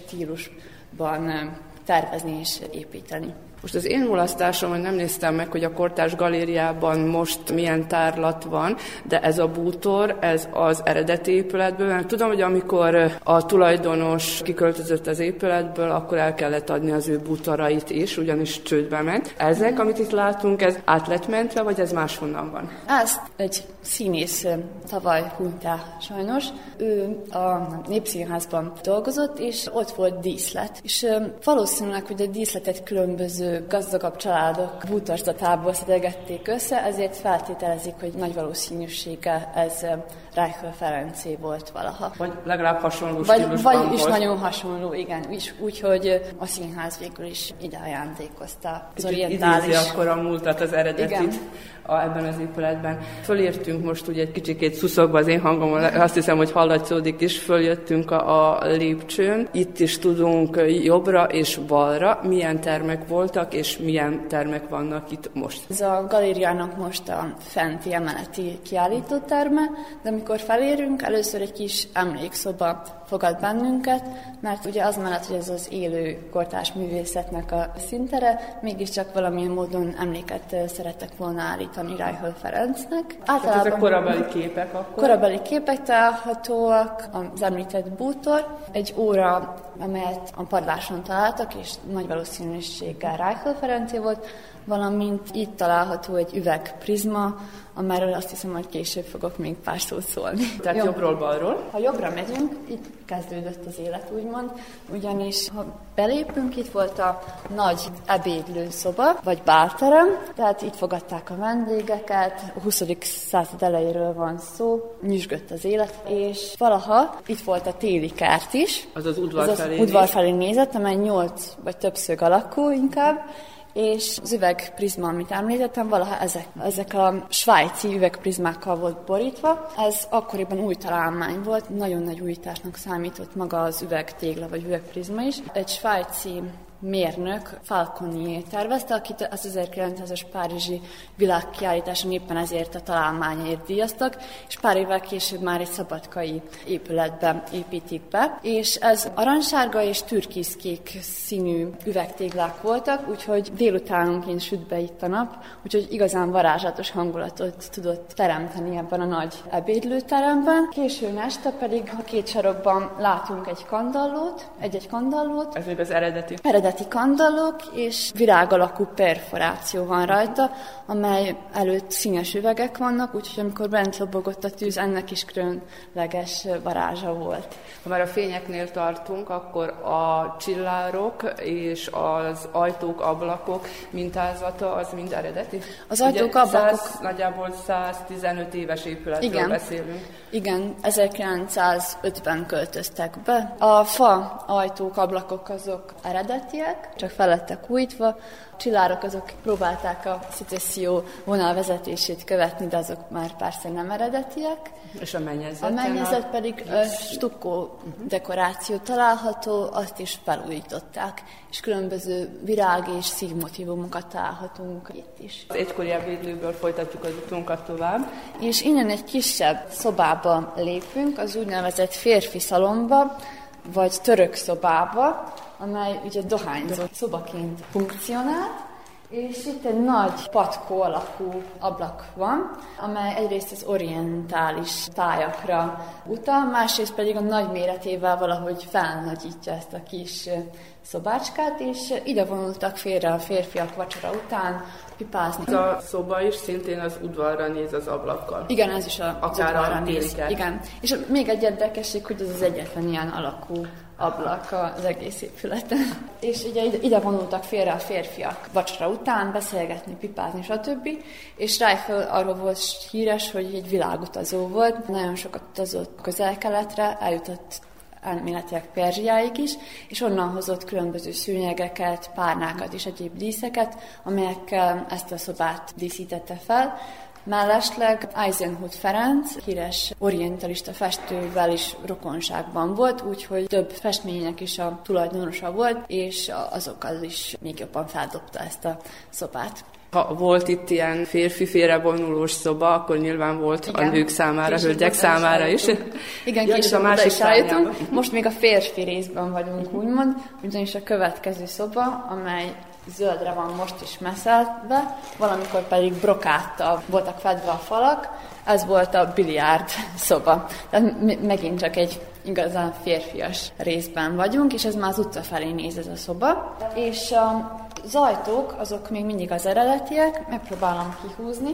[SPEAKER 1] stílusban tervezni és építeni.
[SPEAKER 22] Most az én mulasztásom, hogy nem néztem meg, hogy a Kortárs Galériában most milyen tárlat van, de ez a bútor, ez az eredeti épületből, mert tudom, hogy amikor a tulajdonos kiköltözött az épületből, akkor el kellett adni az ő bútorait is, ugyanis csődbe ment. Ezek, amit itt látunk, ez át lett mentve, vagy ez máshonnan van?
[SPEAKER 1] Ezt egy színész tavaly hunyt el sajnos. Ő a Népszínházban dolgozott, és ott volt díszlet. És valószínűleg, hogy a díszletet különböző gazdagabb családok bútorzatából szedegették össze, ezért feltételezik, hogy nagy valószínűséggel ez Reichel Ferencé volt valaha.
[SPEAKER 22] Vagy legalább hasonló
[SPEAKER 1] vagy,
[SPEAKER 22] stílusban
[SPEAKER 1] Vagy is
[SPEAKER 22] volt.
[SPEAKER 1] nagyon hasonló, igen. Úgyhogy a színház végül is ide ajándékozta az orientális.
[SPEAKER 22] Idézi akkor a múltat, az eredetit.
[SPEAKER 1] Igen.
[SPEAKER 22] A, ebben az épületben. Fölértünk most ugye egy kicsikét szuszogva az én hangomon, azt hiszem, hogy hallatszódik is, följöttünk a, a lépcsőn. Itt is tudunk jobbra és balra, milyen termek voltak, és milyen termek vannak itt most.
[SPEAKER 1] Ez a galériának most a fenti emeleti kiállítóterme, de amikor felérünk, először egy kis emlékszoba fogad bennünket, mert ugye az mellett, hogy ez az élő kortárs művészetnek a színtere, mégiscsak valamilyen módon emléket szerettek volna állítani Reichel Ferencnek.
[SPEAKER 22] Általában ezek korabeli képek akkor?
[SPEAKER 1] Korabeli képek találhatóak, az említett bútor, egy óra, amelyet a padláson találtak, és nagy valószínűséggel Reichel Ferencé volt, valamint itt található egy üvegprizma, amelyről azt hiszem, hogy később fogok még pár szót szólni.
[SPEAKER 22] Tehát Jobb. jobbról-balról?
[SPEAKER 1] Ha jobbra megyünk, itt kezdődött az élet, úgymond, ugyanis ha belépünk, itt volt a nagy ebédlőszoba, vagy bálterem, tehát itt fogadták a vendégeket, a huszadik század elejéről van szó, nyüzsgött az élet, és valaha itt volt a téli kert is.
[SPEAKER 22] Az az udvar
[SPEAKER 1] az
[SPEAKER 22] felé
[SPEAKER 1] az udvar felé nézett, amely nyolc vagy többszög alakú inkább, és az üvegprizma, amit említettem, valaha ezek, ezek a svájci üvegprizmákkal volt borítva. Ez akkoriban új találmány volt, nagyon nagy újításnak számított maga az üvegtégla vagy üvegprizma is. Egy svájci mérnök Falconi tervezte, akit az ezerkilencszázas párizsi világkiállításon éppen ezért a találmányért díjaztak, és pár évvel később már egy szabadkai épületbe építik be, és ez aranysárga és türkiszkék színű üvegtéglák voltak, úgyhogy délutánonként süt be itt a nap, úgyhogy igazán varázslatos hangulatot tudott teremteni ebben a nagy ebédlőteremben. Későn este pedig a két sarokban látunk egy kandallót, egy-egy kandallót.
[SPEAKER 22] Ez még az eredeti.
[SPEAKER 1] Eredeti kandallók, és virág alakú perforáció van rajta, amely előtt színes üvegek vannak, úgyhogy amikor bent lobogott a tűz, ennek is különleges varázsa volt.
[SPEAKER 22] Ha már a fényeknél tartunk, akkor a csillárok és az ajtók, ablakok mintázata az mind eredeti?
[SPEAKER 1] Az ajtók, ablakok...
[SPEAKER 22] száz, nagyjából száztizenöt éves épületről
[SPEAKER 1] Igen.
[SPEAKER 22] beszélünk.
[SPEAKER 1] Igen, ezerkilencszázötben költöztek be. A fa ajtók, ablakok azok eredetiek, csak fel lettek újítva. A csillárok azok próbálták a szecesszió vonalvezetését követni, de azok már persze nem eredetiek.
[SPEAKER 22] És a mennyezet?
[SPEAKER 1] A mennyezet pedig a stukkó dekoráció található, azt is felújították, és különböző virág és szívmotívumokat találhatunk itt is.
[SPEAKER 22] Az egykori ebédlőből folytatjuk az utunkat tovább.
[SPEAKER 1] És innen egy kisebb szobába lépünk, az úgynevezett férfi szalomba, vagy török szobába, amely ugye dohányzó szobaként funkcionál, és itt egy nagy patkó alakú ablak van, amely egyrészt az orientális tájakra utal, másrészt pedig a nagy méretével valahogy felnagyítja ezt a kis szobácskát, és ide vonultak félre a férfiak vacsora után pipázni.
[SPEAKER 22] Ez a szoba is szintén az udvarra néz az ablakkal.
[SPEAKER 1] Igen, ez is a, az
[SPEAKER 22] Akár
[SPEAKER 1] udvarra
[SPEAKER 22] a
[SPEAKER 1] néz. Igen. És még egy érdekesség, hogy ez az egyetlen ilyen alakú ablak az egész épületen. És ugye ide, ide vonultak félre a férfiak vacsora után, beszélgetni, pipázni, stb. És Reichel arról volt híres, hogy egy világutazó volt, nagyon sokat utazott Közel-Keletre, eljutott elméletileg Perzsiáig is, és onnan hozott különböző szőnyegeket, párnákat és egyéb díszeket, amelyekkel ezt a szobát díszítette fel. Mellesleg Eisenhut Ferenc, híres orientalista festővel is rokonságban volt, úgyhogy több festménynek is a tulajdonosa volt, és azokkal is még jobban feldobta ezt a szobát.
[SPEAKER 22] Ha volt itt ilyen férfi félrevonulós szoba, akkor nyilván volt
[SPEAKER 1] Igen.
[SPEAKER 22] a nők számára,
[SPEAKER 1] Később
[SPEAKER 22] hölgyek számára is.
[SPEAKER 1] Igen,
[SPEAKER 22] ja,
[SPEAKER 1] később
[SPEAKER 22] a másik
[SPEAKER 1] szárnyában. Most még a férfi részben vagyunk, úgymond, ugyanis a következő szoba, amely zöldre van most is messzelve, valamikor pedig brokáttal voltak fedve a falak, ez volt a biliárd szoba. Tehát megint csak egy igazán férfias részben vagyunk, és ez már az utca felé néz ez a szoba. És az ajtók, azok még mindig az eredetiek, megpróbálom kihúzni,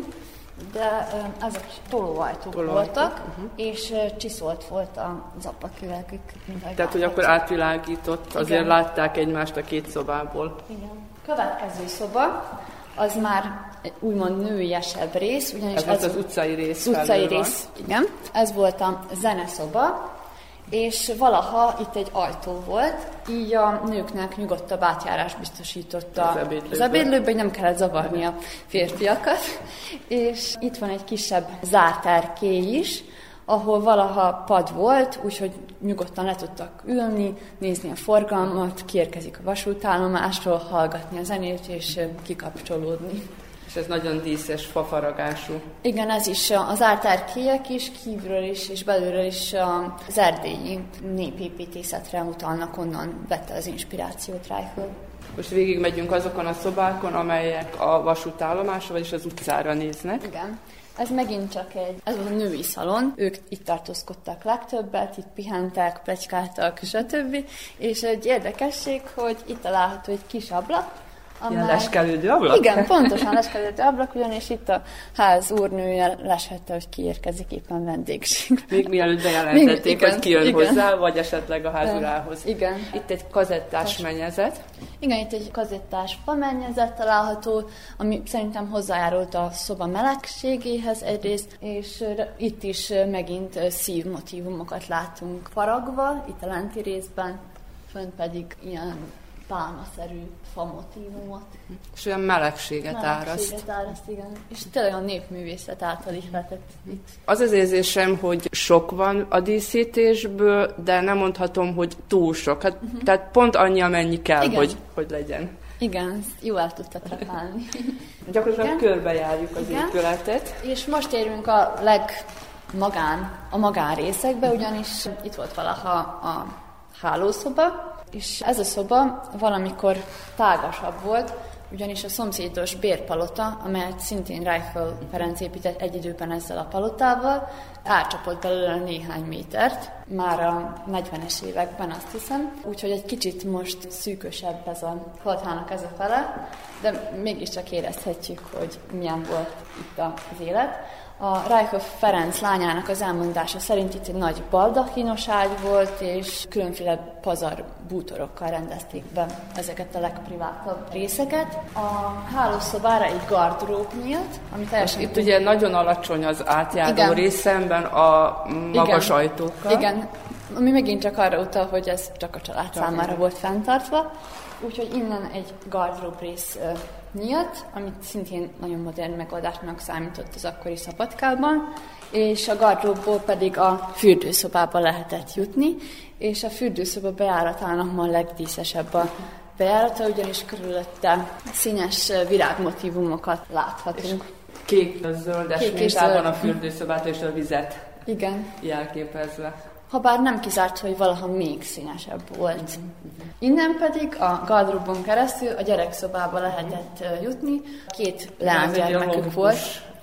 [SPEAKER 1] de ezek tolóajtók
[SPEAKER 22] Tolóajtók,
[SPEAKER 1] voltak,
[SPEAKER 22] uh-huh.
[SPEAKER 1] és csiszolt volt az ablaküvegük.
[SPEAKER 22] Tehát, hogy akkor átvilágított, azért
[SPEAKER 1] Igen.
[SPEAKER 22] látták egymást a két szobából.
[SPEAKER 1] Igen. Következő szoba, az már úgymond nőiesebb rész, ugyanis
[SPEAKER 22] ez, ez az utcai rész.
[SPEAKER 1] Az utcai rész, igen. Ez volt a zeneszoba, és valaha itt egy ajtó volt, így a nőknek nyugodtabb átjárás biztosította
[SPEAKER 22] az ebédlőbe,
[SPEAKER 1] az ebédlőbe, hogy nem kellett zavarni a férfiakat. És itt van egy kisebb zárt erkély is, ahol valaha pad volt, úgyhogy nyugodtan le tudtak ülni, nézni a forgalmat, kiérkezik a vasútállomásról, hallgatni a zenét és kikapcsolódni.
[SPEAKER 22] És ez nagyon díszes, fafaragású.
[SPEAKER 1] Igen, ez is az ártárkélyek is, kívülről is és belülről is az erdélyi népépítészetre utalnak, onnan vette az inspirációt Reichel.
[SPEAKER 22] Most végigmegyünk azokon a szobákon, amelyek a vasútállomásra, vagyis az utcára néznek.
[SPEAKER 1] Igen. Ez megint csak egy, ez volt a női szalon, ők itt tartózkodtak legtöbbet, itt pihentek, pletykáltak, stb. És egy érdekesség, hogy itt található egy kis ablak,
[SPEAKER 22] amely... Ilyen leskelődő ablak?
[SPEAKER 1] Igen, pontosan leskelődő ablak, ugyanis itt a ház úrnője leshette, hogy kiérkezik éppen vendégség.
[SPEAKER 22] Még mielőtt bejelentették,
[SPEAKER 1] Még,
[SPEAKER 22] hogy ki jön
[SPEAKER 1] igen.
[SPEAKER 22] hozzá, vagy esetleg a házurához.
[SPEAKER 1] Igen.
[SPEAKER 22] Itt egy kazettás mennyezet.
[SPEAKER 1] Igen, itt egy kazettás famennyezet található, ami szerintem hozzájárult a szoba melegségéhez egyrészt, és itt is megint szívmotívumokat látunk faragva, itt a lenti részben, fönt pedig ilyen pálmaszerű famotívumot.
[SPEAKER 22] És olyan melegséget áraszt.
[SPEAKER 1] Melegséget áraszt, igen. És tényleg a népművészet által ihletett itt.
[SPEAKER 22] Az az érzésem, hogy sok van a díszítésből, de nem mondhatom, hogy túl sok. Hát, uh-huh. Tehát pont annyi, amennyi kell, hogy, hogy legyen.
[SPEAKER 1] Igen, jó el tudtad trepálni.
[SPEAKER 22] Gyakorlatilag körbejárjuk az igen. épületet.
[SPEAKER 1] És most érünk a legmagán, a magánrészekbe, ugyanis itt volt valaha a hálószoba, és ez a szoba valamikor tágasabb volt, ugyanis a szomszédos bérpalota, amelyet szintén Reichel Ferenc épített egy időben ezzel a palotával, átcsapott belőle néhány métert, már a negyvenes években azt hiszem, úgyhogy egy kicsit most szűkösebb ez a palotának ez a fele, de mégiscsak érezhetjük, hogy milyen volt itt az élet. A Reichel Ferenc lányának az elmondása szerint itt egy nagy baldachinos ágy volt, és különféle pazar bútorokkal rendezték be ezeket a legprivátabb részeket. A hálószobára egy gardrób nyílt, ami teljesen...
[SPEAKER 22] Itt ugye nagyon alacsony az átjáró igen. rész szemben a magas
[SPEAKER 1] igen.
[SPEAKER 22] ajtókkal.
[SPEAKER 1] Igen, ami megint csak arra utal, hogy ez csak a család csak számára igen. volt fenntartva. Úgyhogy innen egy gardrób rész uh, nyílt, amit szintén nagyon modern megoldásnak számított az akkori Szabadkában, és a gardróbból pedig a fürdőszobába lehetett jutni, és a fürdőszoba bejáratának ma a legdíszesebb a bejárata, ugyanis körülötte színes virágmotívumokat láthatunk.
[SPEAKER 22] És kék-zöldes mintában a fürdőszobát és a vizet
[SPEAKER 1] igen.
[SPEAKER 22] jelképezve.
[SPEAKER 1] Habár nem kizárt, hogy valaha még színesebb volt. Innen pedig a gardróbon keresztül a gyerekszobába lehetett jutni. Két leánygyermekük volt.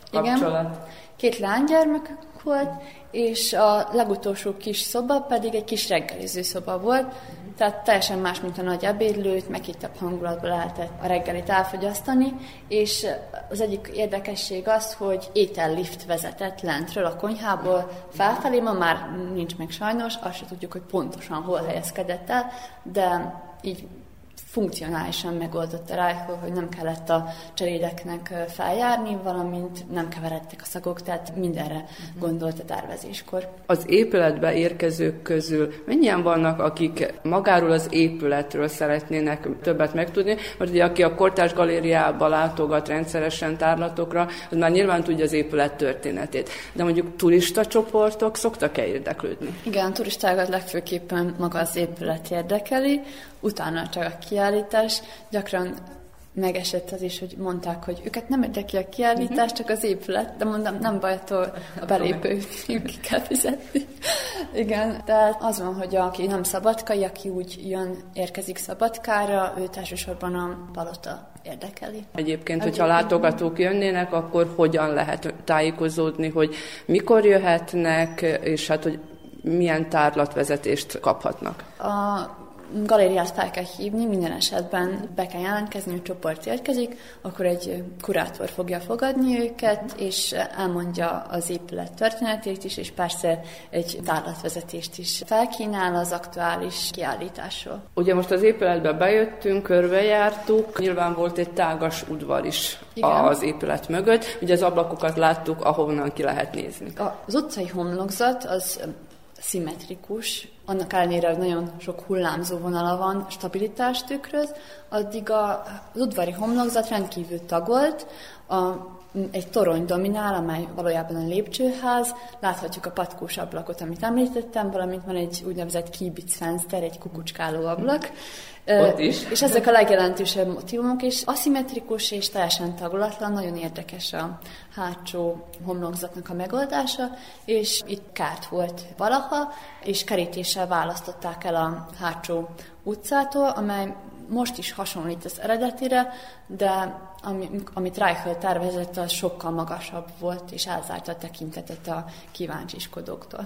[SPEAKER 1] Igen, két leánygyermekük volt, és a legutolsó kis szoba pedig egy kis reggeliző szoba volt, tehát teljesen más, mint a nagy ebédlőt, meghittebb hangulatban lehetett a reggelit elfogyasztani, és az egyik érdekesség az, hogy étellift vezetett lentről a konyhából felfelé, ma már nincs meg sajnos, azt se tudjuk, hogy pontosan hol helyezkedett el, de így funkcionálisan megoldott a Reichel, hogy nem kellett a cselédeknek feljárni, valamint nem keveredtek a szagok, tehát mindenre gondolt a tervezéskor.
[SPEAKER 22] Az épületbe érkezők közül mennyien vannak, akik magáról az épületről szeretnének többet megtudni, mert ugye aki a Kortárs Galériába látogat rendszeresen tárlatokra, az már nyilván tudja az épület történetét. De mondjuk turista csoportok szoktak-e érdeklődni?
[SPEAKER 1] Igen, a turistákat legfőképpen maga az épület érdekeli, utána csak a kiállítás. Gyakran megesett az is, hogy mondták, hogy őket nem érdekli a kiállítás, csak az épület, de mondom, nem baj, attól a belépőt ki kell fizetni. Igen, tehát az van, hogy aki nem szabadkai, aki úgy jön, érkezik Szabadkára, őt elsősorban a palota érdekeli.
[SPEAKER 22] Egyébként, hogyha látogatók jönnének, akkor hogyan lehet tájékozódni, hogy mikor jöhetnek, és hát, hogy milyen tárlatvezetést kaphatnak?
[SPEAKER 1] A galériát fel kell hívni, minden esetben be kell jelentkezni, hogy csoport érkezik, akkor egy kurátor fogja fogadni őket, és elmondja az épület történetét is, és persze egy tárlatvezetést is felkínál az aktuális kiállításról.
[SPEAKER 22] Ugye most az épületbe bejöttünk, körbejártuk, nyilván volt egy tágas udvar is igen. az épület mögött, ugye az ablakokat láttuk, ahonnan ki lehet nézni.
[SPEAKER 1] Az utcai homlokzat az szimmetrikus, annak ellenére, hogy nagyon sok hullámzó vonala van, stabilitást tükröz, addig a, az udvari homlokzat rendkívül tagolt, a, egy torony dominál, amely valójában a lépcsőház, láthatjuk a patkós ablakot, amit említettem, valamint van egy úgynevezett Kiebitz-Fenster, egy kukucskáló ablak.
[SPEAKER 22] Ott is.
[SPEAKER 1] És ezek a legjelentősebb motívumok, és aszimmetrikus és teljesen tagolatlan, nagyon érdekes a hátsó homlokzatnak a megoldása, és itt kárt volt valaha, és kerítéssel választották el a hátsó utcától, amely most is hasonlít az eredetire, de ami, amit Reichel tervezett, az sokkal magasabb volt, és elzárta a tekintetet a kíváncsiskodóktól.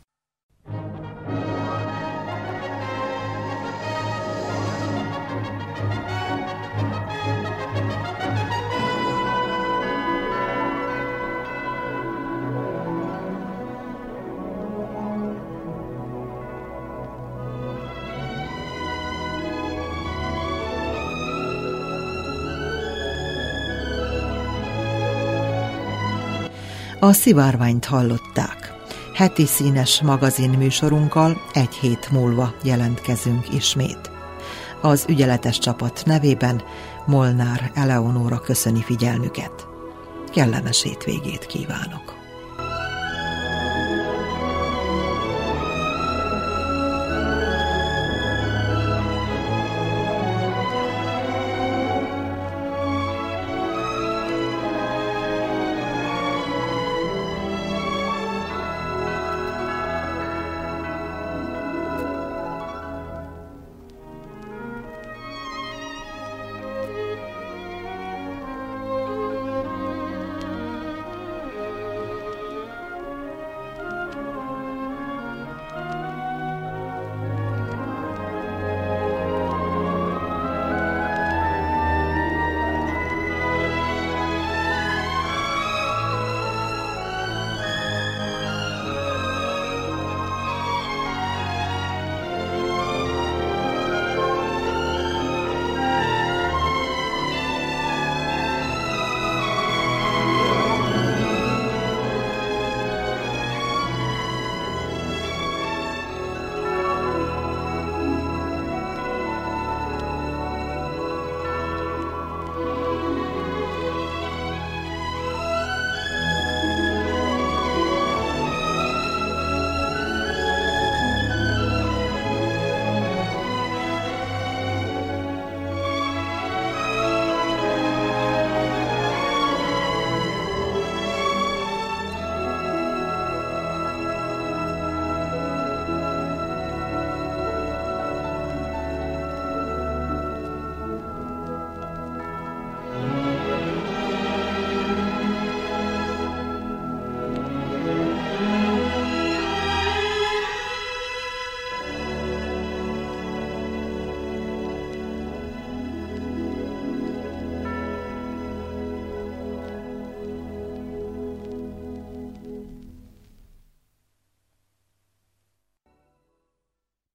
[SPEAKER 2] A Szivárványt hallották. Heti színes magazin műsorunkkal egy hét múlva jelentkezünk ismét. Az ügyeletes csapat nevében Molnár Eleonóra köszöni figyelmüket. Kellemes hétvégét kívánok!